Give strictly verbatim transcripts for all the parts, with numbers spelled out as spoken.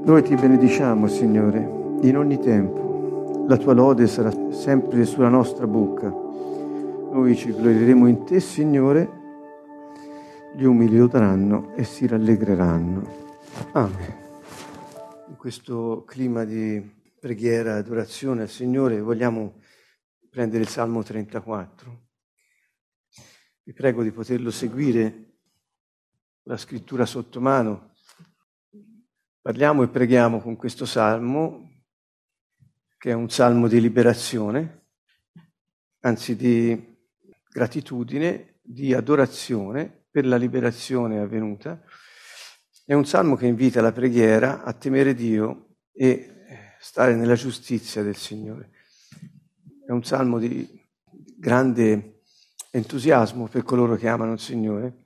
Noi ti benediciamo, Signore, in ogni tempo. La tua lode sarà sempre sulla nostra bocca. Noi ci glorieremo in te, Signore. Gli umili lodranno e si rallegreranno. Amen. In questo clima di preghiera e adorazione al Signore vogliamo prendere il Salmo trentaquattro. Vi prego di poterlo seguire, la scrittura sotto mano. Parliamo e preghiamo con questo salmo, che è un salmo di liberazione, anzi di gratitudine, di adorazione per la liberazione avvenuta. È un salmo che invita alla preghiera, a temere Dio e stare nella giustizia del Signore. È un salmo di grande entusiasmo per coloro che amano il Signore,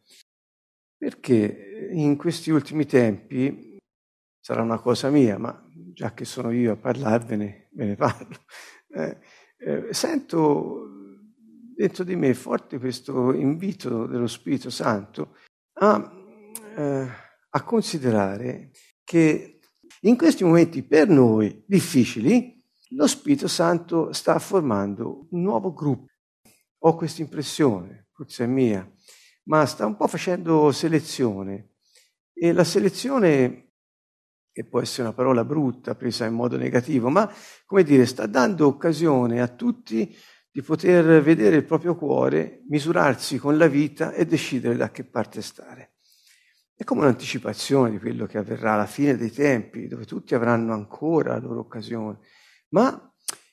perché in questi ultimi tempi, sarà una cosa mia, ma già che sono io a parlarvene, ve ne parlo, eh, eh, sento dentro di me forte questo invito dello Spirito Santo a, eh, a considerare che in questi momenti per noi difficili lo Spirito Santo sta formando un nuovo gruppo. Ho questa impressione, forse è mia, ma sta un po' facendo selezione, e la selezione, che può essere una parola brutta, presa in modo negativo, ma, come dire, sta dando occasione a tutti di poter vedere il proprio cuore, misurarsi con la vita e decidere da che parte stare. È come un'anticipazione di quello che avverrà alla fine dei tempi, dove tutti avranno ancora la loro occasione. Ma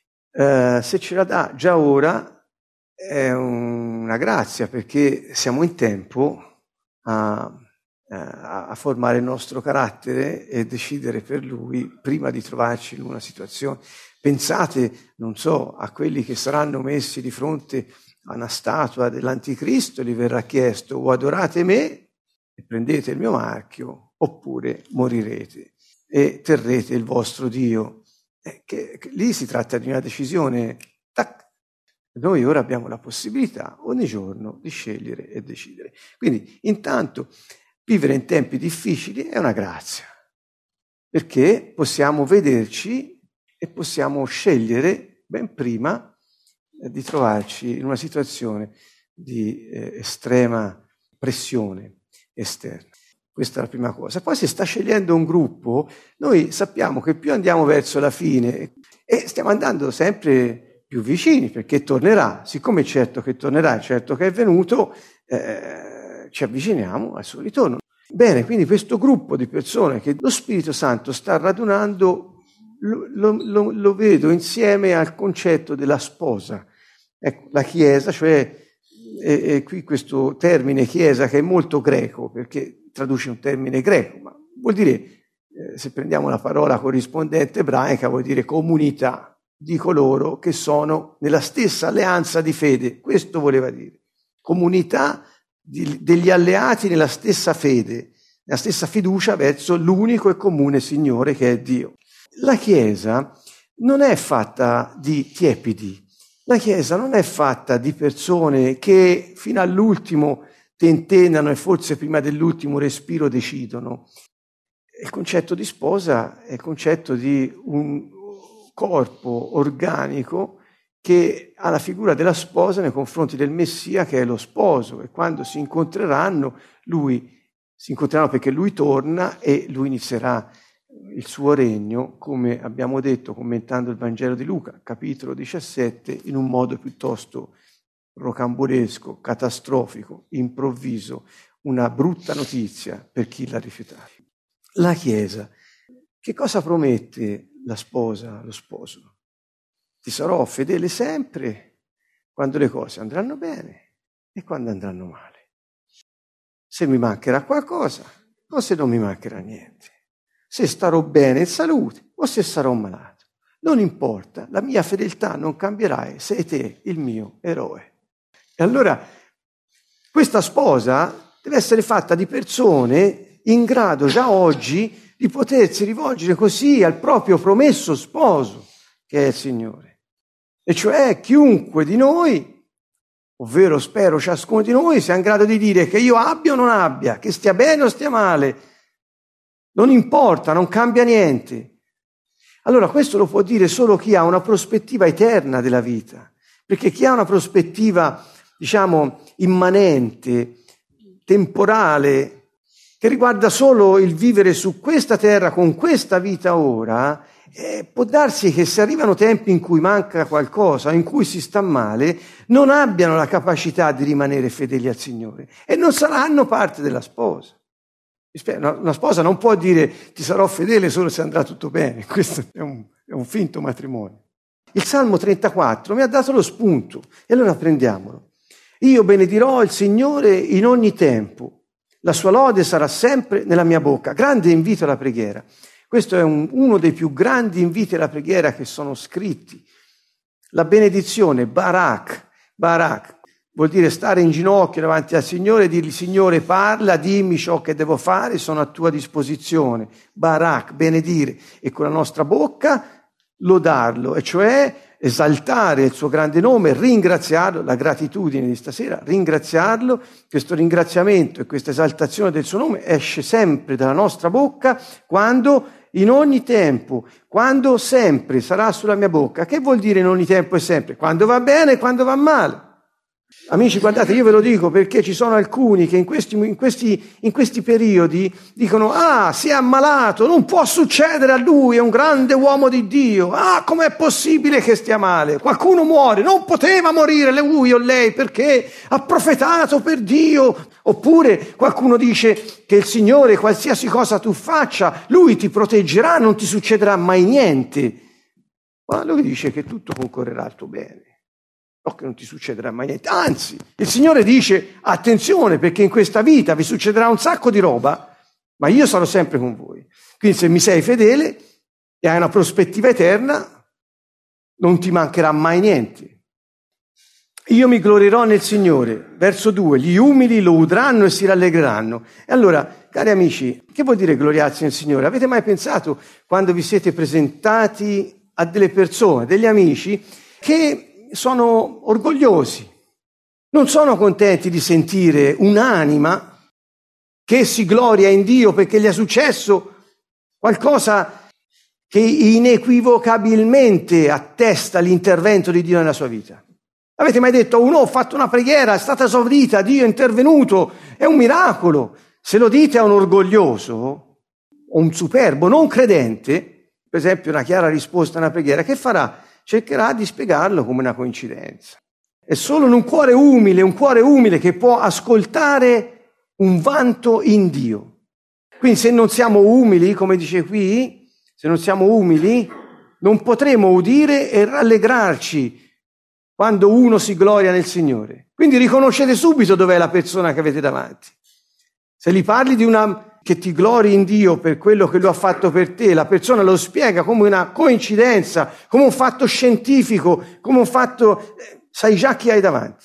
eh, se ce la dà già ora è una grazia, perché siamo in tempo a... a formare il nostro carattere e decidere per lui prima di trovarci in una situazione. Pensate, non so, a quelli che saranno messi di fronte a una statua dell'anticristo, gli verrà chiesto: o adorate me e prendete il mio marchio, oppure morirete e terrete il vostro Dio. Eh, che, che lì si tratta di una decisione. Tac. Noi ora abbiamo la possibilità ogni giorno di scegliere e decidere. Quindi intanto vivere in tempi difficili è una grazia, perché possiamo vederci e possiamo scegliere ben prima di trovarci in una situazione di eh, estrema pressione esterna. Questa è la prima cosa. Poi si sta scegliendo un gruppo, noi sappiamo che più andiamo verso la fine e stiamo andando sempre più vicini, perché tornerà. Siccome è certo che tornerà, è certo che è venuto, eh, ci avviciniamo al suo ritorno. Bene, quindi questo gruppo di persone che lo Spirito Santo sta radunando lo, lo, lo, lo vedo insieme al concetto della sposa. Ecco, la Chiesa, cioè e, e qui questo termine Chiesa, che è molto greco, perché traduce un termine greco, ma vuol dire, eh, se prendiamo la parola corrispondente ebraica, vuol dire comunità di coloro che sono nella stessa alleanza di fede. Questo voleva dire. Comunità di, degli alleati nella stessa fede, nella stessa fiducia verso l'unico e comune Signore che è Dio. La Chiesa non è fatta di tiepidi, la Chiesa non è fatta di persone che fino all'ultimo tentennano e forse prima dell'ultimo respiro decidono. Il concetto di sposa è il concetto di un corpo organico che ha la figura della sposa nei confronti del Messia, che è lo sposo, e quando si incontreranno, lui si incontreranno perché lui torna e lui inizierà il suo regno, come abbiamo detto commentando il Vangelo di Luca, capitolo diciassette, in un modo piuttosto rocambolesco, catastrofico, improvviso, una brutta notizia per chi l'ha rifiutato. La Chiesa, che cosa promette la sposa, lo sposo? Ti sarò fedele sempre quando le cose andranno bene e quando andranno male. Se mi mancherà qualcosa o se non mi mancherà niente. Se starò bene in salute o se sarò malato. Non importa, la mia fedeltà non cambierà, sei te il mio eroe. E allora questa sposa deve essere fatta di persone in grado già oggi di potersi rivolgere così al proprio promesso sposo, che è il Signore. E cioè chiunque di noi, ovvero spero ciascuno di noi, sia in grado di dire che io abbia o non abbia, che stia bene o stia male, Non importa, non cambia niente. Allora questo lo può dire solo chi ha una prospettiva eterna della vita, perché chi ha una prospettiva, diciamo, immanente, temporale, che riguarda solo il vivere su questa terra con questa vita ora, eh, può darsi che se arrivano tempi in cui manca qualcosa, in cui si sta male, non abbiano la capacità di rimanere fedeli al Signore e non saranno parte della sposa. Una sposa non può dire ti sarò fedele solo se andrà tutto bene, questo è un, è un finto matrimonio. Il Salmo trentaquattro mi ha dato lo spunto e allora prendiamolo. Io benedirò il Signore in ogni tempo, la sua lode sarà sempre nella mia bocca. Grande invito alla preghiera. Questo è un, uno dei più grandi inviti alla preghiera che sono scritti. La benedizione, Barak, Barak. Vuol dire stare in ginocchio davanti al Signore e dirgli Signore parla, dimmi ciò che devo fare, sono a tua disposizione. Barak, benedire. E con la nostra bocca lodarlo, e cioè esaltare il suo grande nome, ringraziarlo, la gratitudine di stasera, ringraziarlo. Questo ringraziamento e questa esaltazione del suo nome esce sempre dalla nostra bocca quando, in ogni tempo, quando sempre sarà sulla mia bocca. Che vuol dire in ogni tempo e sempre? Quando va bene e quando va male. Amici, guardate, io ve lo dico perché ci sono alcuni che in questi, in questi, in questi periodi dicono ah, si è ammalato, non può succedere a lui, è un grande uomo di Dio. Ah, com'è possibile che stia male? Qualcuno muore, non poteva morire lui o lei perché ha profetato per Dio. Oppure qualcuno dice che il Signore, qualsiasi cosa tu faccia, lui ti proteggerà, non ti succederà mai niente. Ma lui dice che tutto concorrerà al tuo bene. No, che non ti succederà mai niente. Anzi, il Signore dice, attenzione, perché in questa vita vi succederà un sacco di roba, ma io sarò sempre con voi. Quindi se mi sei fedele e hai una prospettiva eterna, non ti mancherà mai niente. Io mi glorierò nel Signore. Verso due, gli umili lo udranno e si rallegreranno. E allora, cari amici, che vuol dire gloriarsi nel Signore? Avete mai pensato, quando vi siete presentati a delle persone, degli amici, che sono orgogliosi, non sono contenti di sentire un'anima che si gloria in Dio perché gli è successo qualcosa che inequivocabilmente attesta l'intervento di Dio nella sua vita. Avete mai detto, uno, ho fatto una preghiera, è stata esaudita, Dio è intervenuto, è un miracolo. Se lo dite a un orgoglioso o un superbo non credente, per esempio una chiara risposta a una preghiera, che farà? Cercherà di spiegarlo come una coincidenza. È solo in un cuore umile, un cuore umile che può ascoltare un vanto in Dio. Quindi se non siamo umili, come dice qui, se non siamo umili, non potremo udire e rallegrarci quando uno si gloria nel Signore. Quindi riconoscete subito dov'è la persona che avete davanti. Se gli parli di una che ti glori in Dio per quello che Lui ha fatto per te, la persona lo spiega come una coincidenza, come un fatto scientifico, come un fatto, eh, sai già chi hai davanti.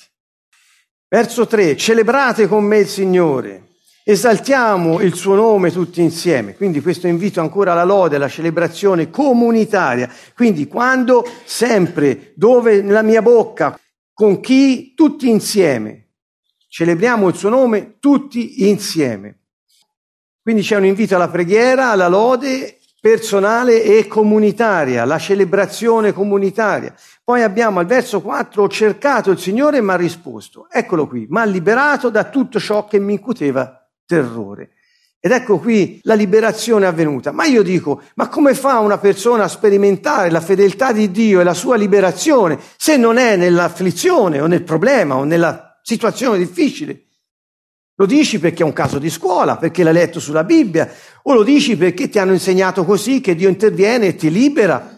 Verso tre, celebrate con me il Signore, esaltiamo il suo nome tutti insieme. Quindi questo invito ancora alla lode, alla celebrazione comunitaria. Quindi quando, sempre, dove, nella mia bocca, con chi, tutti insieme. Celebriamo il suo nome tutti insieme. Quindi c'è un invito alla preghiera, alla lode personale e comunitaria, la celebrazione comunitaria. Poi abbiamo al verso quattro, ho cercato il Signore e mi ha risposto. Eccolo qui, mi ha liberato da tutto ciò che mi incuteva terrore. Ed ecco qui la liberazione avvenuta. Ma io dico, ma come fa una persona a sperimentare la fedeltà di Dio e la sua liberazione se non è nell'afflizione o nel problema o nella situazione difficile? Lo dici perché è un caso di scuola, perché l'hai letto sulla Bibbia, o lo dici perché ti hanno insegnato così che Dio interviene e ti libera.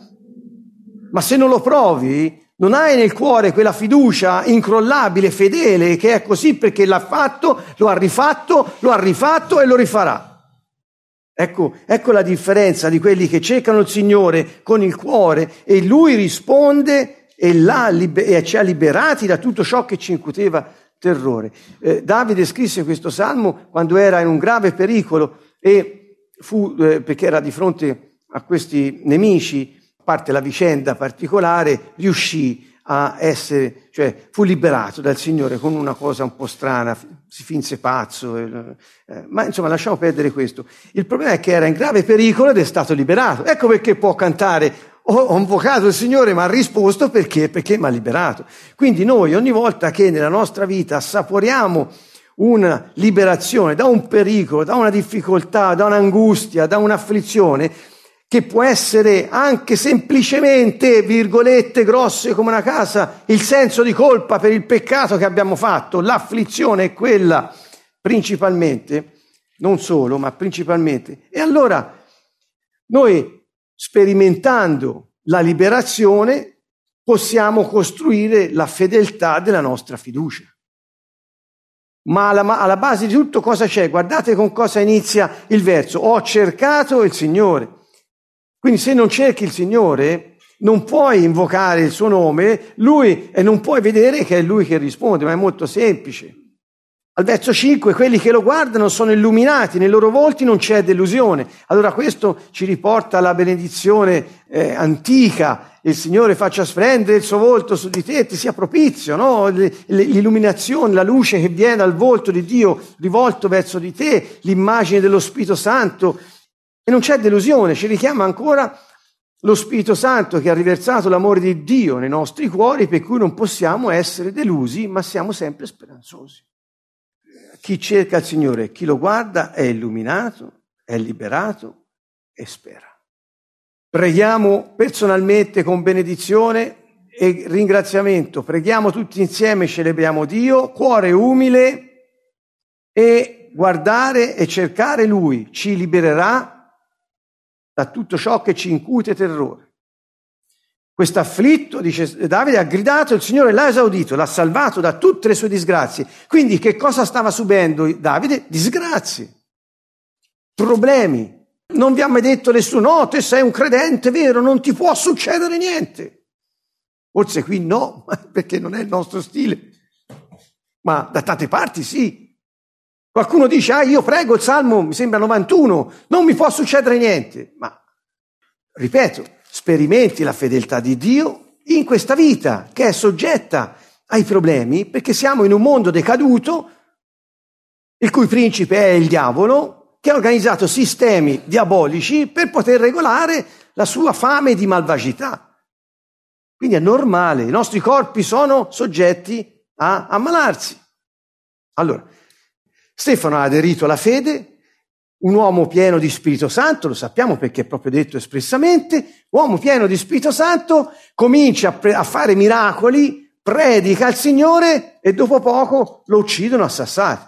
Ma se non lo provi, non hai nel cuore quella fiducia incrollabile, fedele, che è così perché l'ha fatto, lo ha rifatto, lo ha rifatto e lo rifarà. Ecco, ecco la differenza di quelli che cercano il Signore con il cuore e Lui risponde e, l'ha, e ci ha liberati da tutto ciò che ci incuteva terrore. Eh, Davide scrisse questo salmo quando era in un grave pericolo e fu, eh, perché era di fronte a questi nemici, a parte la vicenda particolare, riuscì a essere, cioè fu liberato dal Signore con una cosa un po' strana, si finse pazzo, eh, ma insomma lasciamo perdere questo. Il problema è che era in grave pericolo ed è stato liberato. Ecco perché può cantare ho invocato il Signore ma ha risposto perché? Perché mi ha liberato. Quindi noi ogni volta che nella nostra vita assaporiamo una liberazione da un pericolo, da una difficoltà, da un'angustia, da un'afflizione, che può essere anche semplicemente, virgolette grosse come una casa, il senso di colpa per il peccato che abbiamo fatto, l'afflizione è quella principalmente, non solo, ma principalmente. E allora noi, sperimentando la liberazione, possiamo costruire la fedeltà della nostra fiducia. Ma alla, alla base di tutto cosa c'è? Guardate con cosa inizia il verso. Ho cercato il Signore. Quindi se non cerchi il Signore, non puoi invocare il suo nome, lui, e non puoi vedere che è lui che risponde, ma è molto semplice. Al verso cinque, quelli che lo guardano sono illuminati, nei loro volti non c'è delusione. Allora questo ci riporta alla benedizione eh, antica, il Signore faccia splendere il suo volto su di te, ti sia propizio, no? L'illuminazione, la luce che viene dal volto di Dio rivolto verso di te, l'immagine dello Spirito Santo, e non c'è delusione, ci richiama ancora lo Spirito Santo che ha riversato l'amore di Dio nei nostri cuori, per cui non possiamo essere delusi, ma siamo sempre speranzosi. Chi cerca il Signore, chi lo guarda è illuminato, è liberato e spera. Preghiamo personalmente con benedizione e ringraziamento. Preghiamo tutti insieme, celebriamo Dio, cuore umile, e guardare e cercare Lui ci libererà da tutto ciò che ci incute terrore. Questo afflitto, dice Davide, ha gridato, il Signore l'ha esaudito, l'ha salvato da tutte le sue disgrazie. Quindi che cosa stava subendo Davide? Disgrazie, problemi. Non vi ha mai detto nessuno, no, te sei un credente, vero, non ti può succedere niente. Forse qui no, perché non è il nostro stile. Ma da tante parti sì. Qualcuno dice, ah, io prego il Salmo, mi sembra novantuno, non mi può succedere niente. Ma, ripeto, sperimenti la fedeltà di Dio in questa vita che è soggetta ai problemi, perché siamo in un mondo decaduto, il cui principe è il diavolo, che ha organizzato sistemi diabolici per poter regolare la sua fame di malvagità. Quindi è normale, i nostri corpi sono soggetti a ammalarsi. Allora, Stefano ha aderito alla fede, un uomo pieno di Spirito Santo, lo sappiamo perché è proprio detto espressamente, uomo pieno di Spirito Santo, comincia a, pre- a fare miracoli, predica al Signore e dopo poco lo uccidono a sassate.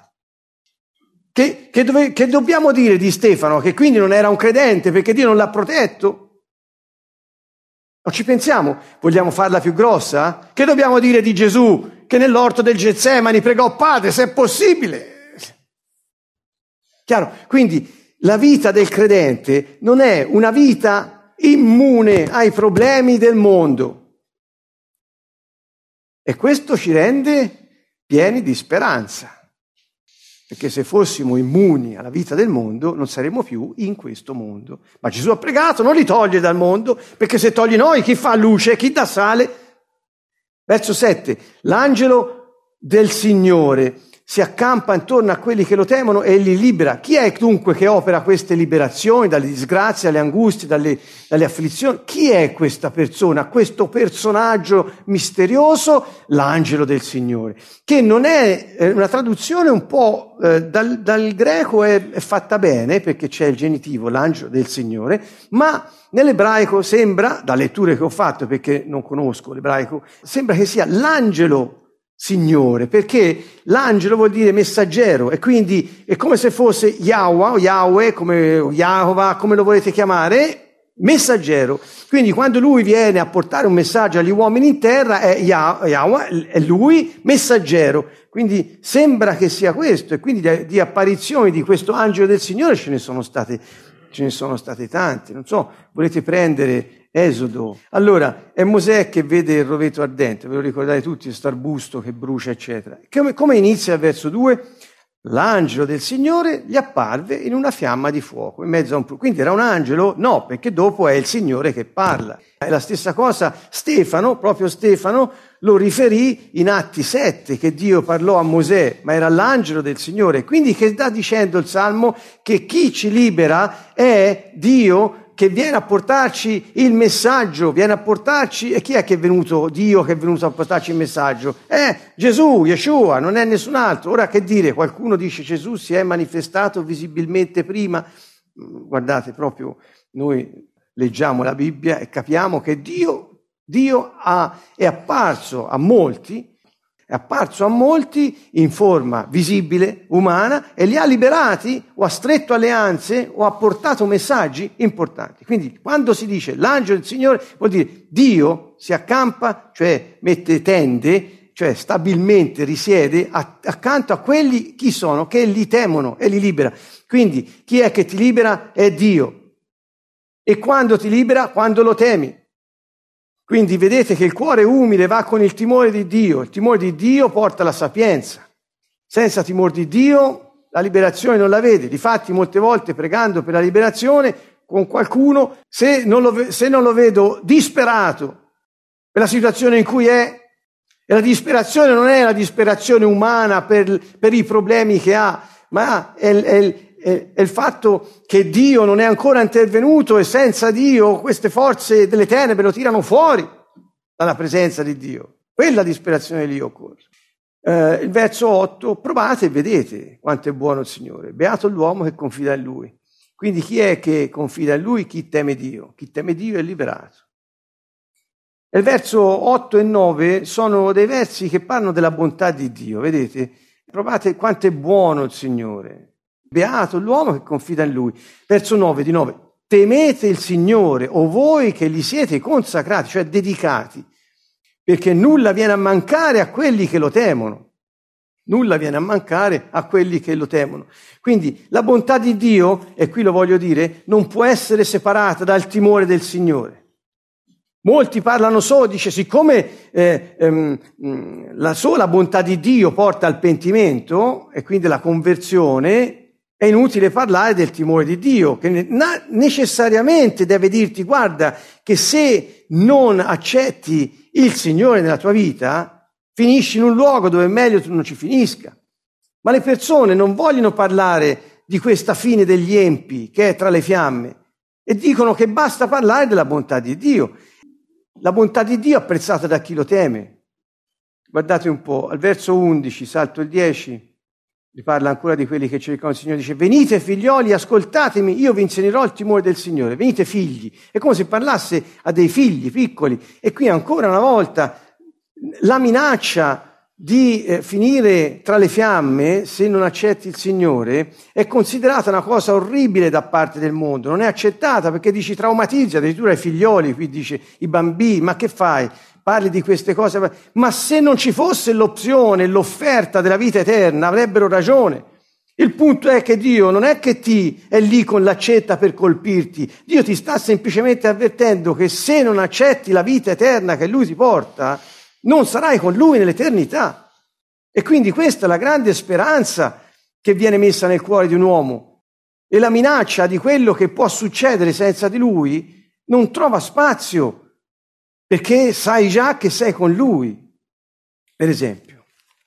Che, che, dove, che dobbiamo dire di Stefano? Che quindi non era un credente perché Dio non l'ha protetto? Non ci pensiamo? Vogliamo farla più grossa? Che dobbiamo dire di Gesù che nell'orto del Getsemani pregò Padre se è possibile? Chiaro? Quindi la vita del credente non è una vita immune ai problemi del mondo. E questo ci rende pieni di speranza. Perché se fossimo immuni alla vita del mondo non saremmo più in questo mondo. Ma Gesù ha pregato, non li toglie dal mondo, perché se togli noi chi fa luce, chi dà sale? Verso sette, l'angelo del Signore si accampa intorno a quelli che lo temono e li libera. Chi è dunque che opera queste liberazioni dalle disgrazie, dalle angustie, dalle, dalle afflizioni? Chi è questa persona, questo personaggio misterioso? L'angelo del Signore, che non è eh, una traduzione un po' eh, dal, dal greco è, è fatta bene, perché c'è il genitivo, l'angelo del Signore, ma nell'ebraico sembra, da letture che ho fatto, perché non conosco l'ebraico, sembra che sia l'angelo Signore, perché l'angelo vuol dire messaggero e quindi è come se fosse Yahweh o Yahweh, come Yahovah, come lo volete chiamare, messaggero. Quindi quando lui viene a portare un messaggio agli uomini in terra è Yahweh, è lui messaggero. Quindi sembra che sia questo, e quindi di, di apparizioni di questo angelo del Signore ce ne sono state, ce ne sono state tante. Non so, volete prendere Esodo. Allora, è Mosè che vede il roveto ardente, ve lo ricordate tutti, questo arbusto che brucia, eccetera. Come, come inizia il verso due? l'angelo del Signore gli apparve in una fiamma di fuoco, in mezzo a un... Quindi era un angelo? No, perché dopo è il Signore che parla. È la stessa cosa Stefano, proprio Stefano, lo riferì in Atti sette, che Dio parlò a Mosè, ma era l'angelo del Signore. Quindi che sta dicendo il Salmo? Che chi ci libera è Dio, che viene a portarci il messaggio, viene a portarci... E chi è che è venuto? Dio che è venuto a portarci il messaggio? È Gesù, Yeshua, non è nessun altro. Ora che dire? Qualcuno dice Gesù si è manifestato visibilmente prima. Guardate, proprio noi leggiamo la Bibbia e capiamo che Dio, Dio ha, è apparso a molti, è apparso a molti in forma visibile, umana, e li ha liberati o ha stretto alleanze o ha portato messaggi importanti. Quindi quando si dice l'angelo del Signore vuol dire Dio si accampa, cioè mette tende, cioè stabilmente risiede accanto a quelli chi sono, che li temono e li libera. Quindi chi è che ti libera? È Dio. E quando ti libera? Quando lo temi. Quindi vedete che il cuore umile va con il timore di Dio. Il timore di Dio porta alla sapienza. Senza timore di Dio la liberazione non la vede. Difatti molte volte pregando per la liberazione con qualcuno, se non lo, se non lo vedo disperato per la situazione in cui è, e la disperazione non è la disperazione umana per, per i problemi che ha, ma è, è, è, è il fatto che Dio non è ancora intervenuto e senza Dio queste forze delle tenebre lo tirano fuori dalla presenza di Dio. Quella disperazione lì occorre. Eh, il verso otto, provate e vedete quanto è buono il Signore. Beato l'uomo che confida in Lui. Quindi chi è che confida in Lui? Chi teme Dio. Chi teme Dio è liberato. E il verso otto e nove sono dei versi che parlano della bontà di Dio. Vedete? Provate quanto è buono il Signore. Beato l'uomo che confida in Lui. Verso nove di nove. Temete il Signore, o voi che gli siete consacrati, cioè dedicati, perché nulla viene a mancare a quelli che lo temono. Nulla viene a mancare a quelli che lo temono. Quindi la bontà di Dio, e qui lo voglio dire, non può essere separata dal timore del Signore. Molti parlano solo, dice, siccome eh, ehm, la sola bontà di Dio porta al pentimento, e quindi la conversione, è inutile parlare del timore di Dio, che necessariamente deve dirti, guarda, che se non accetti il Signore nella tua vita, finisci in un luogo dove è meglio tu non ci finisca. Ma le persone non vogliono parlare di questa fine degli empi, che è tra le fiamme, e dicono che basta parlare della bontà di Dio. La bontà di Dio è apprezzata da chi lo teme. Guardate un po', al verso undici, salto il dieci, vi parla ancora di quelli che cercano il Signore, dice, venite figlioli, ascoltatemi, io vi insegnerò il timore del Signore, venite figli. È come se parlasse a dei figli piccoli. E qui ancora una volta la minaccia di eh, finire tra le fiamme se non accetti il Signore è considerata una cosa orribile da parte del mondo, non è accettata perché dici traumatizza, addirittura i figlioli, qui dice i bambini, ma che fai? Parli di queste cose, ma se non ci fosse l'opzione, l'offerta della vita eterna avrebbero ragione. Il punto è che Dio non è che ti è lì con l'accetta per colpirti, Dio ti sta semplicemente avvertendo che se non accetti la vita eterna che Lui ti porta, non sarai con Lui nell'eternità. E quindi questa è la grande speranza che viene messa nel cuore di un uomo. E la minaccia di quello che può succedere senza di Lui non trova spazio, perché sai già che sei con Lui. Per esempio,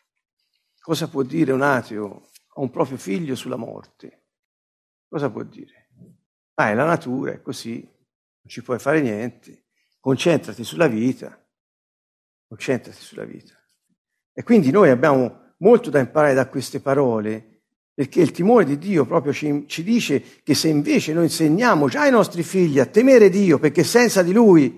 cosa può dire un ateo a un proprio figlio sulla morte? Cosa può dire? Ah, è la natura, è così, non ci puoi fare niente, concentrati sulla vita. Concentrati sulla vita. E quindi noi abbiamo molto da imparare da queste parole, perché il timore di Dio proprio ci, ci dice che se invece noi insegniamo già ai nostri figli a temere Dio, perché senza di Lui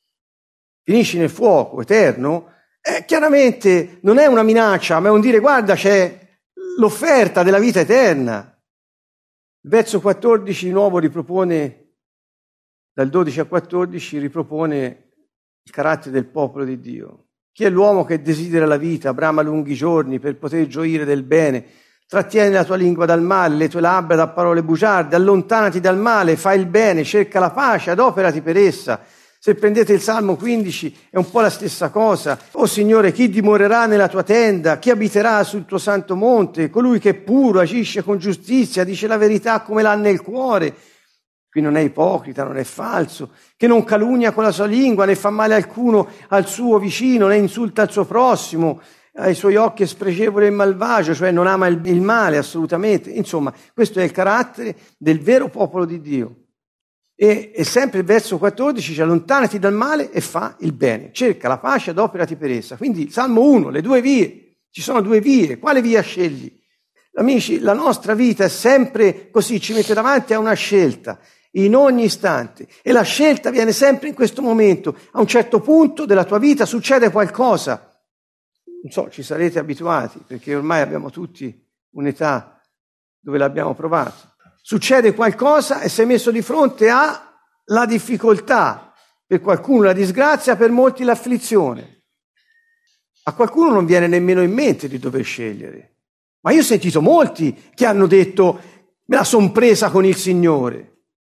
finisci nel fuoco eterno, eh, chiaramente non è una minaccia, ma è un dire guarda c'è l'offerta della vita eterna. Il verso quattordici di nuovo ripropone, dal dodici al quattordici ripropone il carattere del popolo di Dio. Chi è l'uomo che desidera la vita, brama lunghi giorni per poter gioire del bene? Trattieni la tua lingua dal male, le tue labbra da parole bugiarde, allontanati dal male, fai il bene, cerca la pace, adoperati per essa. Se prendete il Salmo quindici è un po' la stessa cosa. O Signore, chi dimorerà nella tua tenda? Chi abiterà sul tuo santo monte? Colui che è puro, agisce con giustizia, dice la verità come l'ha nel cuore. Qui non è ipocrita, non è falso, che non calunnia con la sua lingua, né fa male alcuno al suo vicino, né insulta il suo prossimo, ai suoi occhi è spregevole e malvagio, cioè non ama il, il male assolutamente. Insomma, questo è il carattere del vero popolo di Dio. E, e sempre il verso quattordici dice: allontanati dal male e fa il bene, cerca la pace ed operati per essa. Quindi Salmo uno, le due vie, ci sono due vie, quale via scegli? Amici, la nostra vita è sempre così, ci mette davanti a una scelta in ogni istante, e la scelta viene sempre in questo momento. A un certo punto della tua vita succede qualcosa, non so, ci sarete abituati perché ormai abbiamo tutti un'età dove l'abbiamo provato. Succede qualcosa e sei messo di fronte alla difficoltà, per qualcuno la disgrazia, per molti l'afflizione. A qualcuno non viene nemmeno in mente di dover scegliere. Ma io ho sentito molti che hanno detto: me la son presa con il Signore.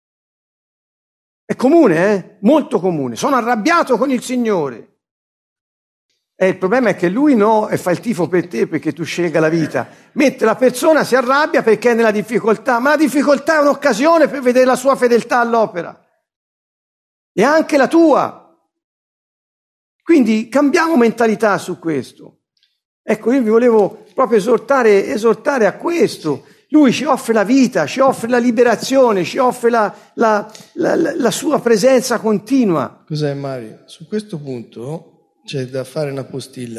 È comune, eh? Molto comune. Sono arrabbiato con il Signore. E il problema è che lui no, e fa il tifo per te perché tu scelga la vita. Mentre la persona si arrabbia perché è nella difficoltà, ma la difficoltà è un'occasione per vedere la sua fedeltà all'opera. E anche la tua. Quindi cambiamo mentalità su questo. Ecco, io vi volevo proprio esortare, esortare a questo. Lui ci offre la vita, ci offre la liberazione, ci offre la, la, la, la, la sua presenza continua. Cos'è, Mario? Su questo punto c'è da fare una postilla.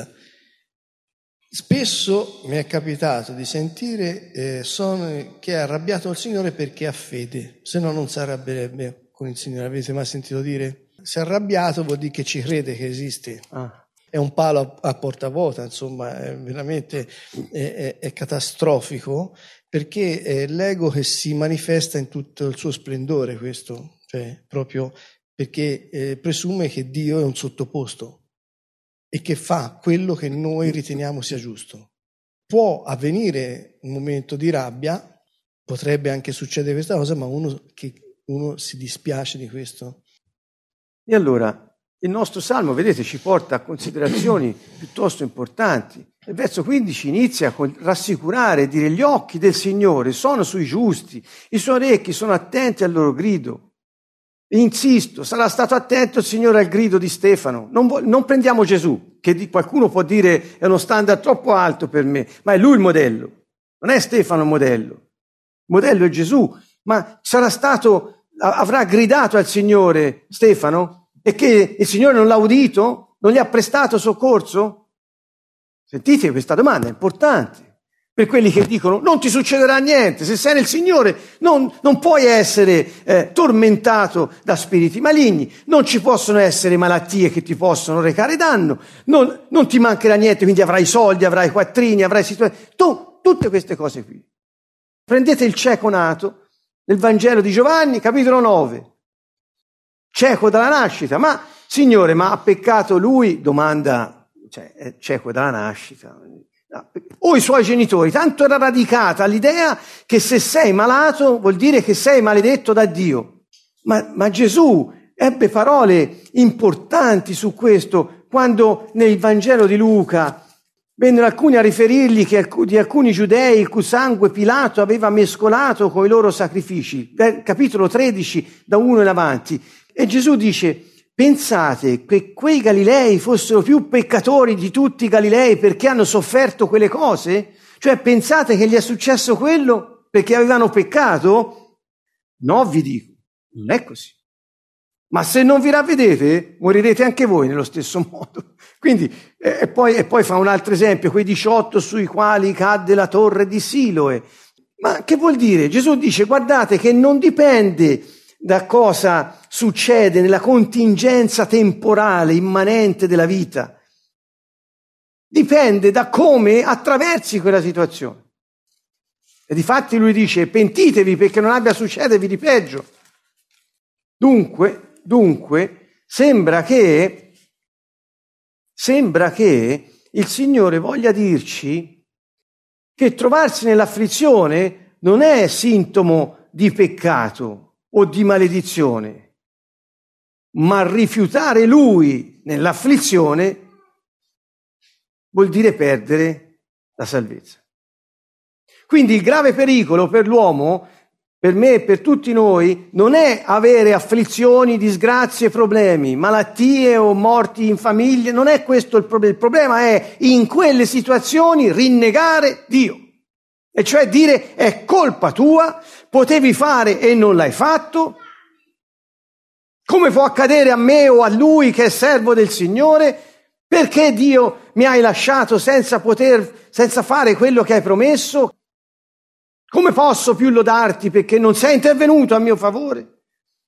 Spesso mi è capitato di sentire eh, sono, che è arrabbiato il Signore perché ha fede, se no non si arrabbierebbe con il Signore. Avete mai sentito dire? Se è arrabbiato vuol dire che ci crede che esiste. Ah. È un palo a, a porta vuota, insomma, è veramente è, è, è catastrofico, perché è l'ego che si manifesta in tutto il suo splendore, questo, cioè proprio perché eh, presume che Dio è un sottoposto e che fa quello che noi riteniamo sia giusto. Può avvenire un momento di rabbia, potrebbe anche succedere questa cosa, ma uno, che uno si dispiace di questo. E allora il nostro Salmo, vedete, ci porta a considerazioni piuttosto importanti. Il verso quindici inizia con rassicurare e dire: gli occhi del Signore sono sui giusti, i suoi orecchi sono attenti al loro grido. Insisto, sarà stato attento il Signore al grido di Stefano. Non, vo- non prendiamo Gesù, che di, qualcuno può dire è uno standard troppo alto per me, ma è lui il modello, non è Stefano il modello. Il modello è Gesù, ma sarà stato, avrà gridato al Signore Stefano e che il Signore non l'ha udito? Non gli ha prestato soccorso? Sentite, questa domanda è importante. Per quelli che dicono non ti succederà niente, se sei nel Signore non, non puoi essere eh, tormentato da spiriti maligni, non ci possono essere malattie che ti possono recare danno, non, non ti mancherà niente, quindi avrai soldi, avrai quattrini, avrai situazioni, tu, tutte queste cose qui. Prendete il cieco nato nel Vangelo di Giovanni, capitolo nove, cieco dalla nascita, ma Signore, ma ha peccato lui? Domanda, cioè è cieco dalla nascita. O i suoi genitori, tanto era radicata l'idea che se sei malato vuol dire che sei maledetto da Dio. Ma, ma Gesù ebbe parole importanti su questo quando nel Vangelo di Luca vennero alcuni a riferirgli che di alcuni giudei il cui sangue Pilato aveva mescolato con i loro sacrifici, capitolo tredici da uno in avanti, e Gesù dice: pensate che quei Galilei fossero più peccatori di tutti i Galilei perché hanno sofferto quelle cose? Cioè pensate che gli è successo quello perché avevano peccato? No, vi dico, non è così. Ma se non vi ravvedete, morirete anche voi nello stesso modo. Quindi, e poi, e poi fa un altro esempio, quei diciotto sui quali cadde la torre di Siloe. Ma che vuol dire? Gesù dice: guardate che non dipende da cosa succede nella contingenza temporale immanente della vita. Dipende da come attraversi quella situazione. E difatti lui dice: pentitevi perché non abbia a succedervi di peggio. Dunque, dunque sembra che sembra che il Signore voglia dirci che trovarsi nell'afflizione non è sintomo di peccato o di maledizione, ma rifiutare Lui nell'afflizione vuol dire perdere la salvezza. Quindi il grave pericolo per l'uomo, per me e per tutti noi, non è avere afflizioni, disgrazie, problemi, malattie o morti in famiglia, non è questo il problema. Il problema è in quelle situazioni rinnegare Dio. E cioè dire è colpa tua, potevi fare e non l'hai fatto. Come può accadere a me o a lui che è servo del Signore? Perché Dio mi hai lasciato senza poter, senza fare quello che hai promesso? Come posso più lodarti perché non sei intervenuto a mio favore?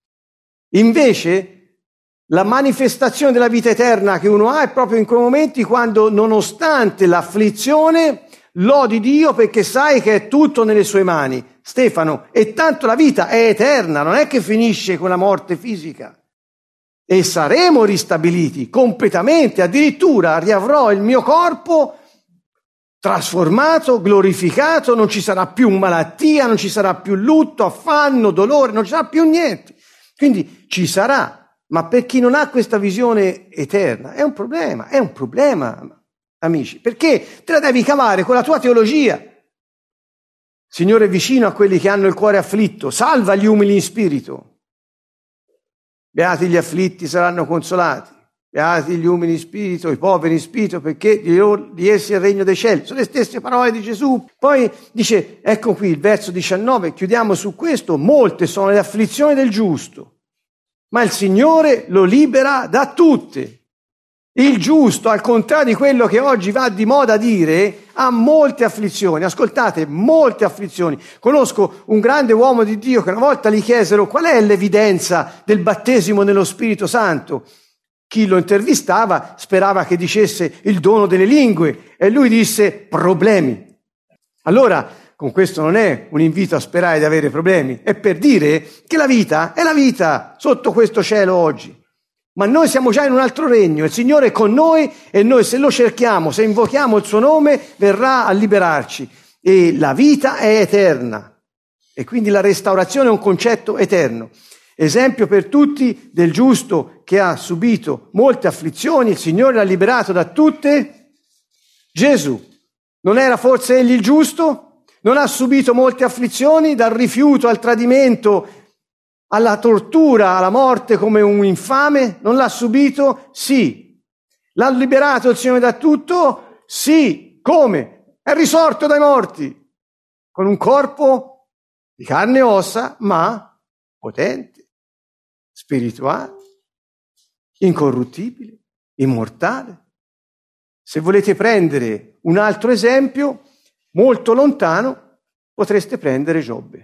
Invece, la manifestazione della vita eterna che uno ha è proprio in quei momenti quando, nonostante l'afflizione, lodi Dio perché sai che è tutto nelle sue mani. Stefano, e tanto la vita è eterna, non è che finisce con la morte fisica. E saremo ristabiliti completamente, addirittura riavrò il mio corpo trasformato, glorificato, non ci sarà più malattia, non ci sarà più lutto, affanno, dolore, non ci sarà più niente. Quindi ci sarà, ma per chi non ha questa visione eterna è un problema, è un problema, amici, perché te la devi cavare con la tua teologia. Signore è vicino a quelli che hanno il cuore afflitto, salva gli umili in spirito. Beati gli afflitti saranno consolati. Beati gli umili in spirito, i poveri in spirito, perché di, loro, di essi è il regno dei cieli. Sono le stesse parole di Gesù. Poi dice, ecco qui il verso diciannove, chiudiamo su questo, molte sono le afflizioni del giusto, ma il Signore lo libera da tutte. Il giusto, al contrario di quello che oggi va di moda dire, ha molte afflizioni. Ascoltate, molte afflizioni. Conosco un grande uomo di Dio che una volta gli chiesero qual è l'evidenza del battesimo nello Spirito Santo. Chi lo intervistava sperava che dicesse il dono delle lingue e lui disse problemi. Allora, con questo non è un invito a sperare di avere problemi, è per dire che la vita è la vita sotto questo cielo oggi. Ma noi siamo già in un altro regno, il Signore è con noi e noi se lo cerchiamo, se invochiamo il suo nome, verrà a liberarci. E la vita è eterna e quindi la restaurazione è un concetto eterno. Esempio per tutti del giusto che ha subito molte afflizioni, il Signore l'ha liberato da tutte. Gesù, non era forse egli il giusto? Non ha subito molte afflizioni, dal rifiuto al tradimento, alla tortura, alla morte come un infame? Non l'ha subito? Sì. L'ha liberato il Signore da tutto? Sì. Come? È risorto dai morti, con un corpo di carne e ossa, ma potente, spirituale, incorruttibile, immortale. Se volete prendere un altro esempio, molto lontano, potreste prendere Giobbe.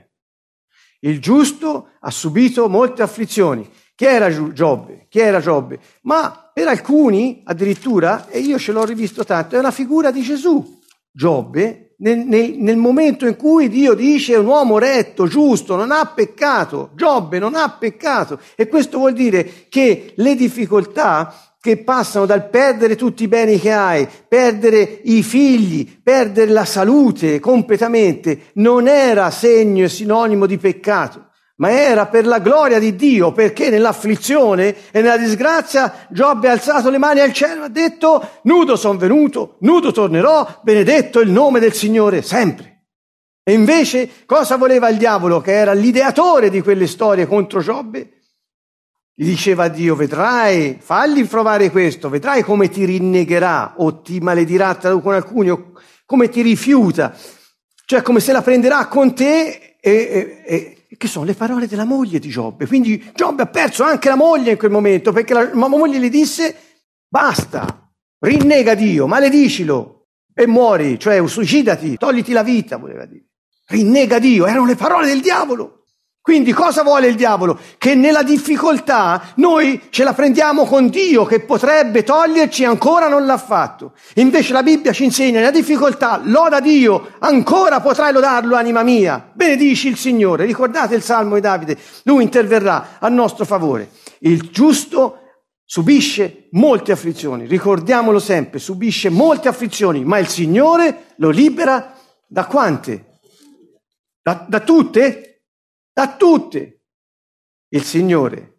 Il giusto ha subito molte afflizioni. Chi era Giobbe? Chi era Giobbe? Ma per alcuni, addirittura, e io ce l'ho rivisto tanto, è una figura di Gesù. Giobbe, nel, nel, nel momento in cui Dio dice è un uomo retto, giusto, non ha peccato. Giobbe non ha peccato. E questo vuol dire che le difficoltà che passano dal perdere tutti i beni che hai, perdere i figli, perdere la salute completamente, non era segno e sinonimo di peccato, ma era per la gloria di Dio, perché nell'afflizione e nella disgrazia Giobbe ha alzato le mani al cielo e ha detto nudo son venuto, nudo tornerò, benedetto il nome del Signore sempre. E invece cosa voleva il diavolo, che era l'ideatore di quelle storie contro Giobbe? Gli diceva a Dio, vedrai, fagli provare questo, vedrai come ti rinnegherà o ti maledirà con alcuni o come ti rifiuta, cioè come se la prenderà con te e, e, e che sono le parole della moglie di Giobbe. Quindi Giobbe ha perso anche la moglie in quel momento perché la, la moglie gli disse basta, rinnega Dio, maledicilo e muori, cioè suicidati, togliti la vita, voleva dire. Rinnega Dio, erano le parole del diavolo. Quindi cosa vuole il diavolo? Che nella difficoltà noi ce la prendiamo con Dio che potrebbe toglierci e ancora non l'ha fatto. Invece la Bibbia ci insegna nella difficoltà, loda Dio, ancora potrai lodarlo anima mia. Benedici il Signore. Ricordate il Salmo di Davide, lui interverrà a nostro favore. Il giusto subisce molte afflizioni, ricordiamolo sempre, subisce molte afflizioni, ma il Signore lo libera da quante? Da, da tutte? Da tutte. Il Signore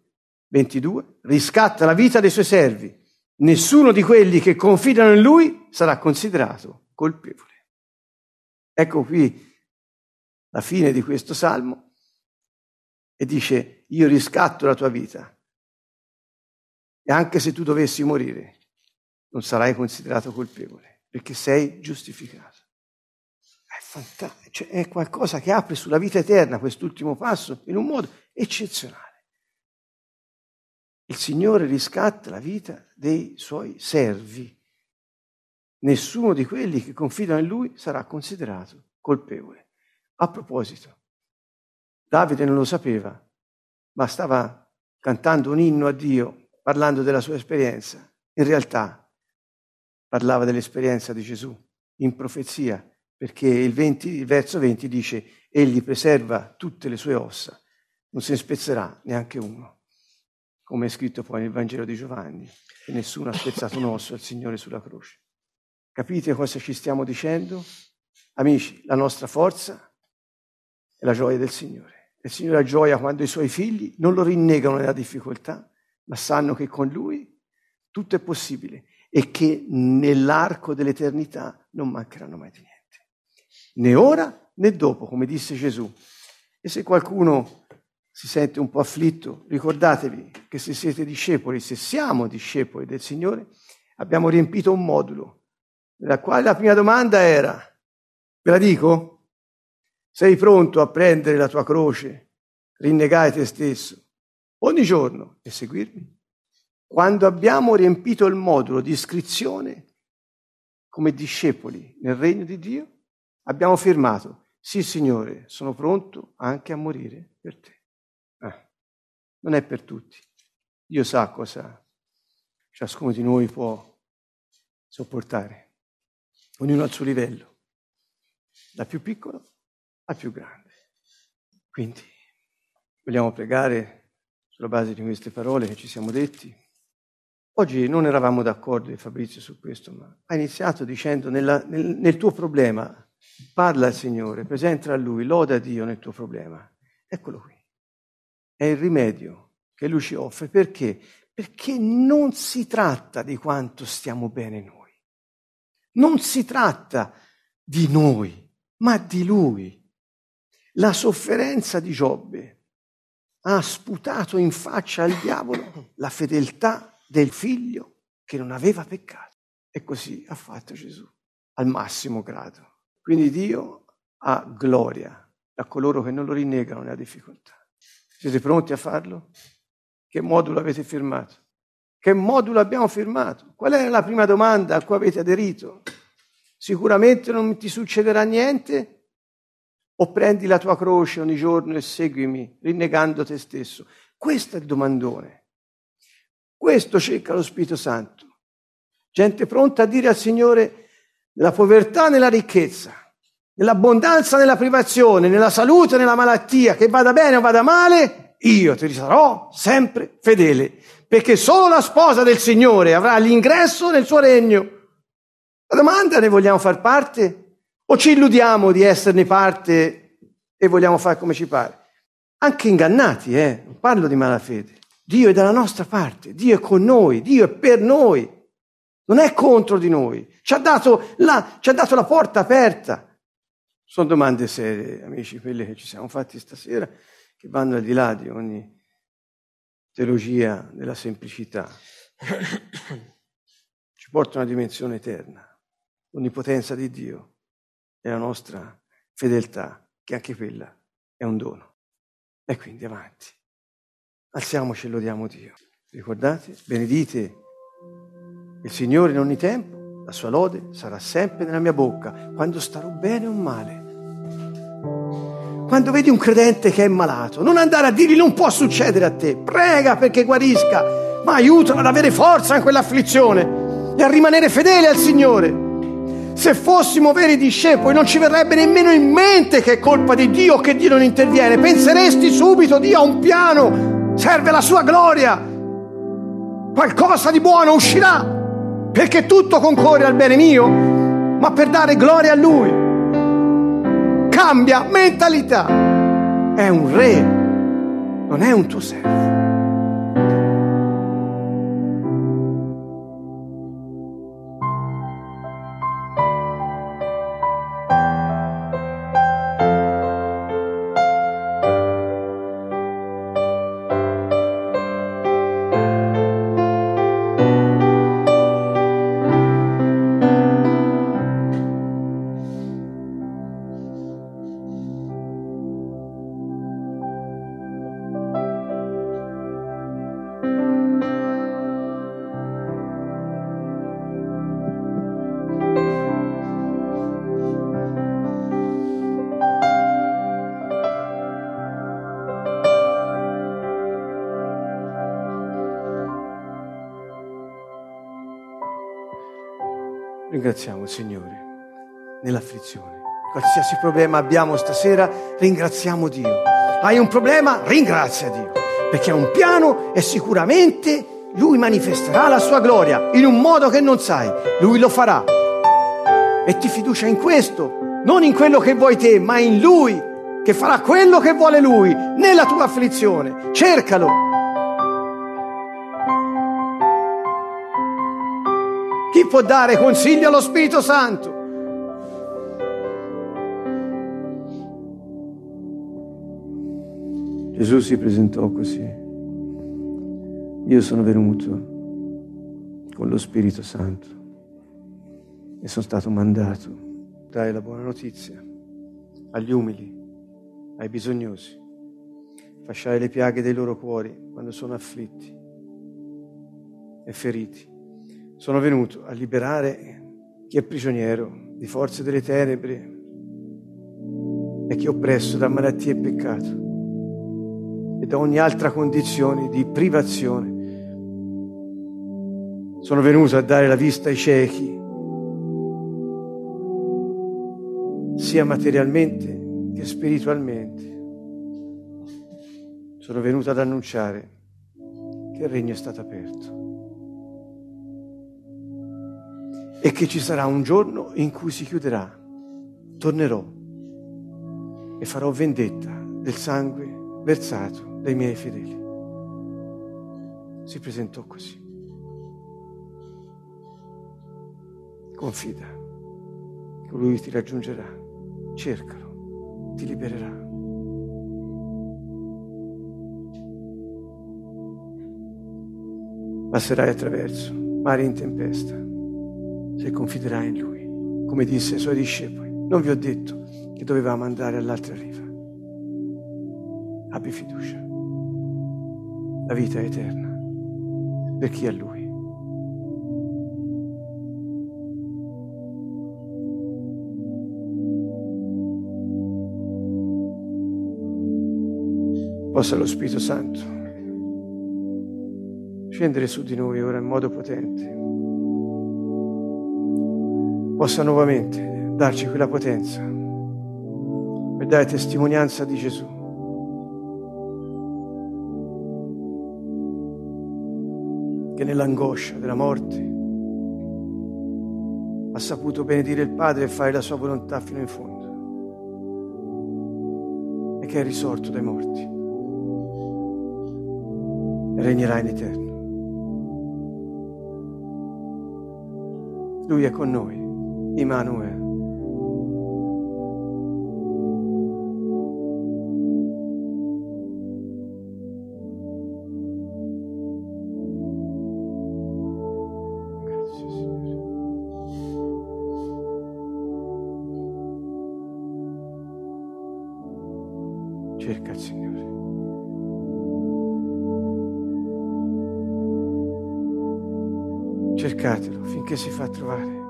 ventidue, riscatta la vita dei suoi servi. Nessuno di quelli che confidano in lui sarà considerato colpevole. Ecco qui la fine di questo salmo e dice: io riscatto la tua vita e anche se tu dovessi morire non sarai considerato colpevole perché sei giustificato. È fantastico, cioè, è qualcosa che apre sulla vita eterna quest'ultimo passo in un modo eccezionale. Il Signore riscatta la vita dei suoi servi. Nessuno di quelli che confidano in Lui sarà considerato colpevole. A proposito, Davide non lo sapeva, ma stava cantando un inno a Dio, parlando della sua esperienza. In realtà parlava dell'esperienza di Gesù, in profezia, perché il, venti, il verso venti dice: egli preserva tutte le sue ossa, non se ne spezzerà neanche uno. Come è scritto poi nel Vangelo di Giovanni, che nessuno ha spezzato un osso al Signore sulla croce. Capite cosa ci stiamo dicendo? Amici, la nostra forza è la gioia del Signore. Il Signore ha gioia quando i Suoi figli non lo rinnegano nella difficoltà, ma sanno che con Lui tutto è possibile e che nell'arco dell'eternità non mancheranno mai di niente. Né ora né dopo, come disse Gesù. E se qualcuno si sente un po' afflitto, ricordatevi che se siete discepoli, se siamo discepoli del Signore, abbiamo riempito un modulo, nella quale la prima domanda era, ve la dico? Sei pronto a prendere la tua croce, rinnegare te stesso, ogni giorno e seguirmi? Quando abbiamo riempito il modulo di iscrizione come discepoli nel regno di Dio, abbiamo firmato, sì Signore, sono pronto anche a morire per te. Ah, non è per tutti. Dio sa cosa ciascuno di noi può sopportare, ognuno al suo livello, dal più piccolo al più grande. Quindi vogliamo pregare sulla base di queste parole che ci siamo detti. Oggi non eravamo d'accordo, Fabrizio, su questo, ma ha iniziato dicendo nella, nel, nel tuo problema parla al Signore, presenta a Lui, loda Dio nel tuo problema. Eccolo qui. È il rimedio che Lui ci offre. Perché? Perché non si tratta di quanto stiamo bene noi. Non si tratta di noi, ma di Lui. La sofferenza di Giobbe ha sputato in faccia al diavolo la fedeltà del figlio che non aveva peccato. E così ha fatto Gesù, al massimo grado. Quindi Dio ha gloria a coloro che non lo rinnegano nella difficoltà. Siete pronti a farlo? Che modulo avete firmato? Che modulo abbiamo firmato? Qual è la prima domanda a cui avete aderito? Sicuramente non ti succederà niente? O prendi la tua croce ogni giorno e seguimi, rinnegando te stesso? Questo è il domandone. Questo cerca lo Spirito Santo. Gente pronta a dire al Signore, nella povertà, nella ricchezza, nell'abbondanza, nella privazione, nella salute, nella malattia, che vada bene o vada male, io ti sarò sempre fedele, perché solo la sposa del Signore avrà l'ingresso nel suo regno. La domanda: ne vogliamo far parte? O ci illudiamo di esserne parte e vogliamo fare come ci pare? Anche ingannati, eh? Non parlo di malafede. Dio è dalla nostra parte, Dio è con noi, Dio è per noi, non è contro di noi. Ci ha dato la, ci ha dato la porta aperta. Sono domande serie, amici, quelle che ci siamo fatti stasera, che vanno al di là di ogni teologia della semplicità. Ci porta a una dimensione eterna, l'onnipotenza di Dio e la nostra fedeltà, che anche quella è un dono. E quindi avanti. Alziamoci e lodiamo Dio. Ricordate, benedite il Signore in ogni tempo, la sua lode sarà sempre nella mia bocca, quando starò bene o male. Quando vedi un credente che è malato, non andare a dirgli non può succedere a te, prega perché guarisca, ma aiutalo ad avere forza in quell'afflizione e a rimanere fedele al Signore. Se fossimo veri discepoli non ci verrebbe nemmeno in mente che è colpa di Dio che Dio non interviene, penseresti subito Dio ha un piano, serve la sua gloria, qualcosa di buono uscirà, perché tutto concorre al bene mio, ma per dare gloria a Lui. Cambia mentalità, è un re, non è un tuo servo. Ringraziamo il Signore nell'afflizione. Qualsiasi problema abbiamo stasera, ringraziamo Dio. Hai un problema? Ringrazia Dio, perché ha un piano e sicuramente Lui manifesterà la sua gloria in un modo che non sai. Lui lo farà. Metti fiducia in questo, non in quello che vuoi te, ma in Lui, che farà quello che vuole Lui nella tua afflizione. Cercalo. Chi può dare consiglio allo Spirito Santo? Gesù si presentò così: io sono venuto con lo Spirito Santo e sono stato mandato a dare la buona notizia agli umili, ai bisognosi, fasciare le piaghe dei loro cuori quando sono afflitti e feriti. Sono venuto a liberare chi è prigioniero di forze delle tenebre e chi è oppresso da malattie e peccato e da ogni altra condizione di privazione. Sono venuto a dare la vista ai ciechi, sia materialmente che spiritualmente. Sono venuto ad annunciare che il regno è stato aperto e che ci sarà un giorno in cui si chiuderà. Tornerò e farò vendetta del sangue versato dai miei fedeli. Si presentò così. Confida, colui ti raggiungerà, cercalo, ti libererà. Passerai attraverso mari in tempesta se confiderai in Lui, come disse ai Suoi discepoli: non vi ho detto che dovevamo andare all'altra riva. Abbi fiducia. La vita è eterna per chi ha Lui. Possa lo Spirito Santo scendere su di noi ora in modo potente. Possa nuovamente darci quella potenza per dare testimonianza di Gesù. Che nell'angoscia della morte ha saputo benedire il Padre e fare la sua volontà fino in fondo, e che è risorto dai morti e regnerà in eterno. Lui è con noi, Immanuel. Cerca il Signore. Cercatelo finché si fa trovare.